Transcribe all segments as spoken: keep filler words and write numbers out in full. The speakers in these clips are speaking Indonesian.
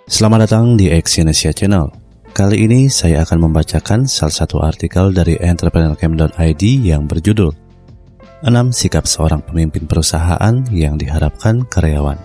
Selamat datang di Exyonesia Channel. Kali ini saya akan membacakan salah satu artikel dari entrepreneur camp dot i d yang berjudul enam Sikap Seorang Pemimpin Perusahaan yang Diharapkan Karyawan.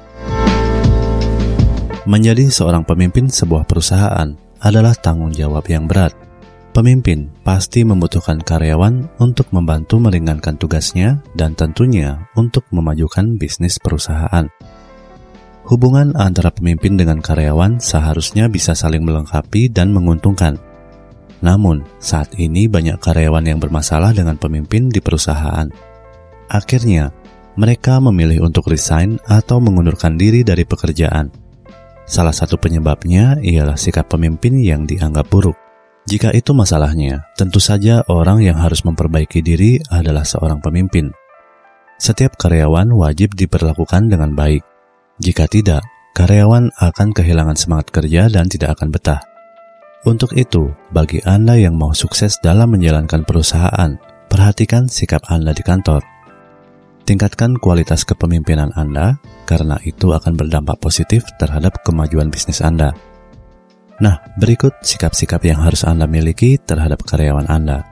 Menjadi seorang pemimpin sebuah perusahaan adalah tanggung jawab yang berat. Pemimpin pasti membutuhkan karyawan untuk membantu meringankan tugasnya dan tentunya untuk memajukan bisnis perusahaan. Hubungan antara pemimpin dengan karyawan seharusnya bisa saling melengkapi dan menguntungkan. Namun, saat ini banyak karyawan yang bermasalah dengan pemimpin di perusahaan. Akhirnya, mereka memilih untuk resign atau mengundurkan diri dari pekerjaan. Salah satu penyebabnya ialah sikap pemimpin yang dianggap buruk. Jika itu masalahnya, tentu saja orang yang harus memperbaiki diri adalah seorang pemimpin. Setiap karyawan wajib diperlakukan dengan baik. Jika tidak, karyawan akan kehilangan semangat kerja dan tidak akan betah. Untuk itu, bagi Anda yang mau sukses dalam menjalankan perusahaan, perhatikan sikap Anda di kantor. Tingkatkan kualitas kepemimpinan Anda, karena itu akan berdampak positif terhadap kemajuan bisnis Anda. Nah, berikut sikap-sikap yang harus Anda miliki terhadap karyawan Anda.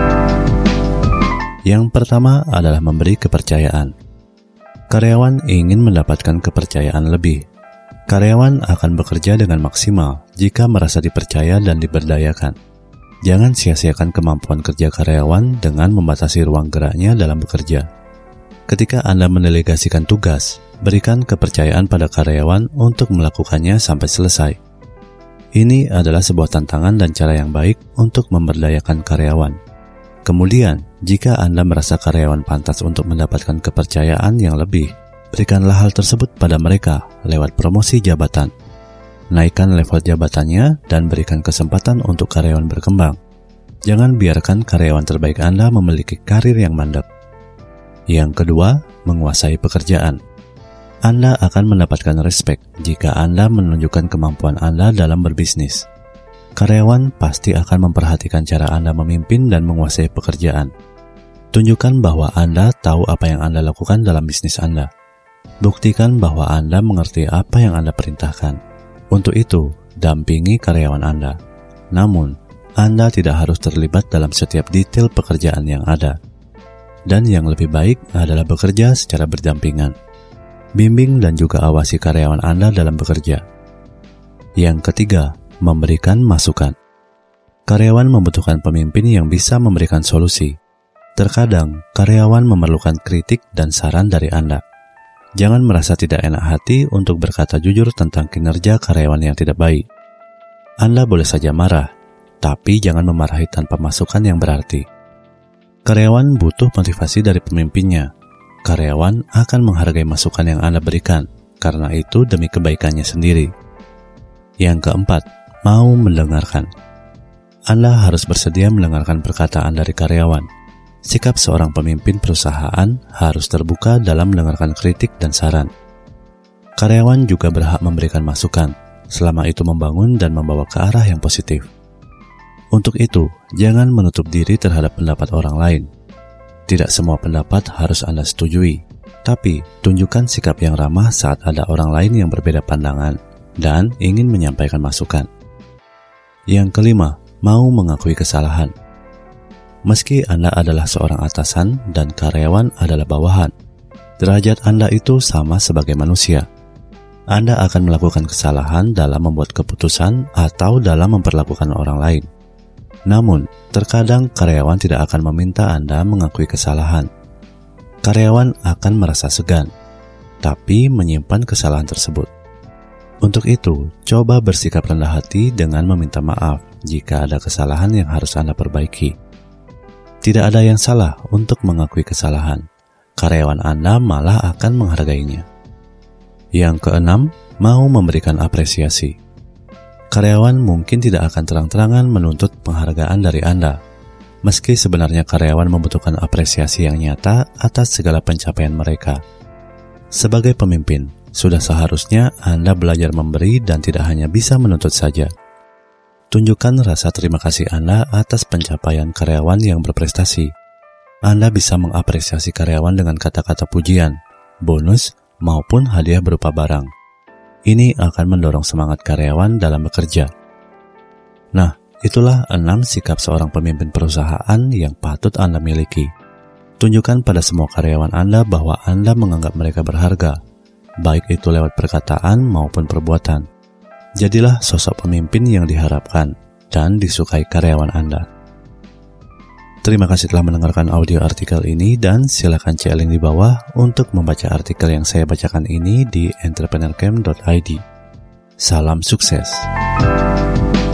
Yang pertama adalah memberi kepercayaan. Karyawan ingin mendapatkan kepercayaan lebih. Karyawan akan bekerja dengan maksimal jika merasa dipercaya dan diberdayakan. Jangan sia-siakan kemampuan kerja karyawan dengan membatasi ruang geraknya dalam bekerja. Ketika Anda mendelegasikan tugas, berikan kepercayaan pada karyawan untuk melakukannya sampai selesai. Ini adalah sebuah tantangan dan cara yang baik untuk memberdayakan karyawan. Kemudian, jika Anda merasa karyawan pantas untuk mendapatkan kepercayaan yang lebih, berikanlah hal tersebut pada mereka lewat promosi jabatan. Naikkan level jabatannya dan berikan kesempatan untuk karyawan berkembang. Jangan biarkan karyawan terbaik Anda memiliki karir yang mandek. Yang kedua, menguasai pekerjaan. Anda akan mendapatkan respek jika Anda menunjukkan kemampuan Anda dalam berbisnis. Karyawan pasti akan memperhatikan cara Anda memimpin dan menguasai pekerjaan. Tunjukkan bahwa Anda tahu apa yang Anda lakukan dalam bisnis Anda. Buktikan bahwa Anda mengerti apa yang Anda perintahkan. Untuk itu, dampingi karyawan Anda. Namun, Anda tidak harus terlibat dalam setiap detail pekerjaan yang ada. Dan yang lebih baik adalah bekerja secara berdampingan. Bimbing dan juga awasi karyawan Anda dalam bekerja. Yang ketiga, memberikan masukan. Karyawan membutuhkan pemimpin yang bisa memberikan solusi. Terkadang, karyawan memerlukan kritik dan saran dari Anda. Jangan merasa tidak enak hati untuk berkata jujur tentang kinerja karyawan yang tidak baik. Anda boleh saja marah, tapi jangan memarahi tanpa masukan yang berarti. Karyawan butuh motivasi dari pemimpinnya. Karyawan akan menghargai masukan yang Anda berikan, karena itu demi kebaikannya sendiri. Yang keempat, mau mendengarkan. Anda harus bersedia mendengarkan perkataan dari karyawan. Sikap seorang pemimpin perusahaan harus terbuka dalam mendengarkan kritik dan saran. Karyawan juga berhak memberikan masukan, selama itu membangun dan membawa ke arah yang positif. Untuk itu, jangan menutup diri terhadap pendapat orang lain. Tidak semua pendapat harus Anda setujui, tapi tunjukkan sikap yang ramah saat ada orang lain yang berbeda pandangan dan ingin menyampaikan masukan. Yang kelima, mau mengakui kesalahan. Meski Anda adalah seorang atasan dan karyawan adalah bawahan, derajat Anda itu sama sebagai manusia. Anda akan melakukan kesalahan dalam membuat keputusan atau dalam memperlakukan orang lain. Namun, terkadang karyawan tidak akan meminta Anda mengakui kesalahan. Karyawan akan merasa segan, tapi menyimpan kesalahan tersebut. Untuk itu, coba bersikap rendah hati dengan meminta maaf jika ada kesalahan yang harus Anda perbaiki. Tidak ada yang salah untuk mengakui kesalahan. Karyawan Anda malah akan menghargainya. Yang keenam, mau memberikan apresiasi. Karyawan mungkin tidak akan terang-terangan menuntut penghargaan dari Anda, meski sebenarnya karyawan membutuhkan apresiasi yang nyata atas segala pencapaian mereka. Sebagai pemimpin, sudah seharusnya Anda belajar memberi dan tidak hanya bisa menuntut saja. Tunjukkan rasa terima kasih Anda atas pencapaian karyawan yang berprestasi. Anda bisa mengapresiasi karyawan dengan kata-kata pujian, bonus, maupun hadiah berupa barang. Ini akan mendorong semangat karyawan dalam bekerja. Nah, itulah enam sikap seorang pemimpin perusahaan yang patut Anda miliki. Tunjukkan pada semua karyawan Anda bahwa Anda menganggap mereka berharga, baik itu lewat perkataan maupun perbuatan. Jadilah sosok pemimpin yang diharapkan dan disukai karyawan Anda. Terima kasih telah mendengarkan audio artikel ini dan silakan cek link di bawah untuk membaca artikel yang saya bacakan ini di entrepreneur camp dot i d. Salam sukses.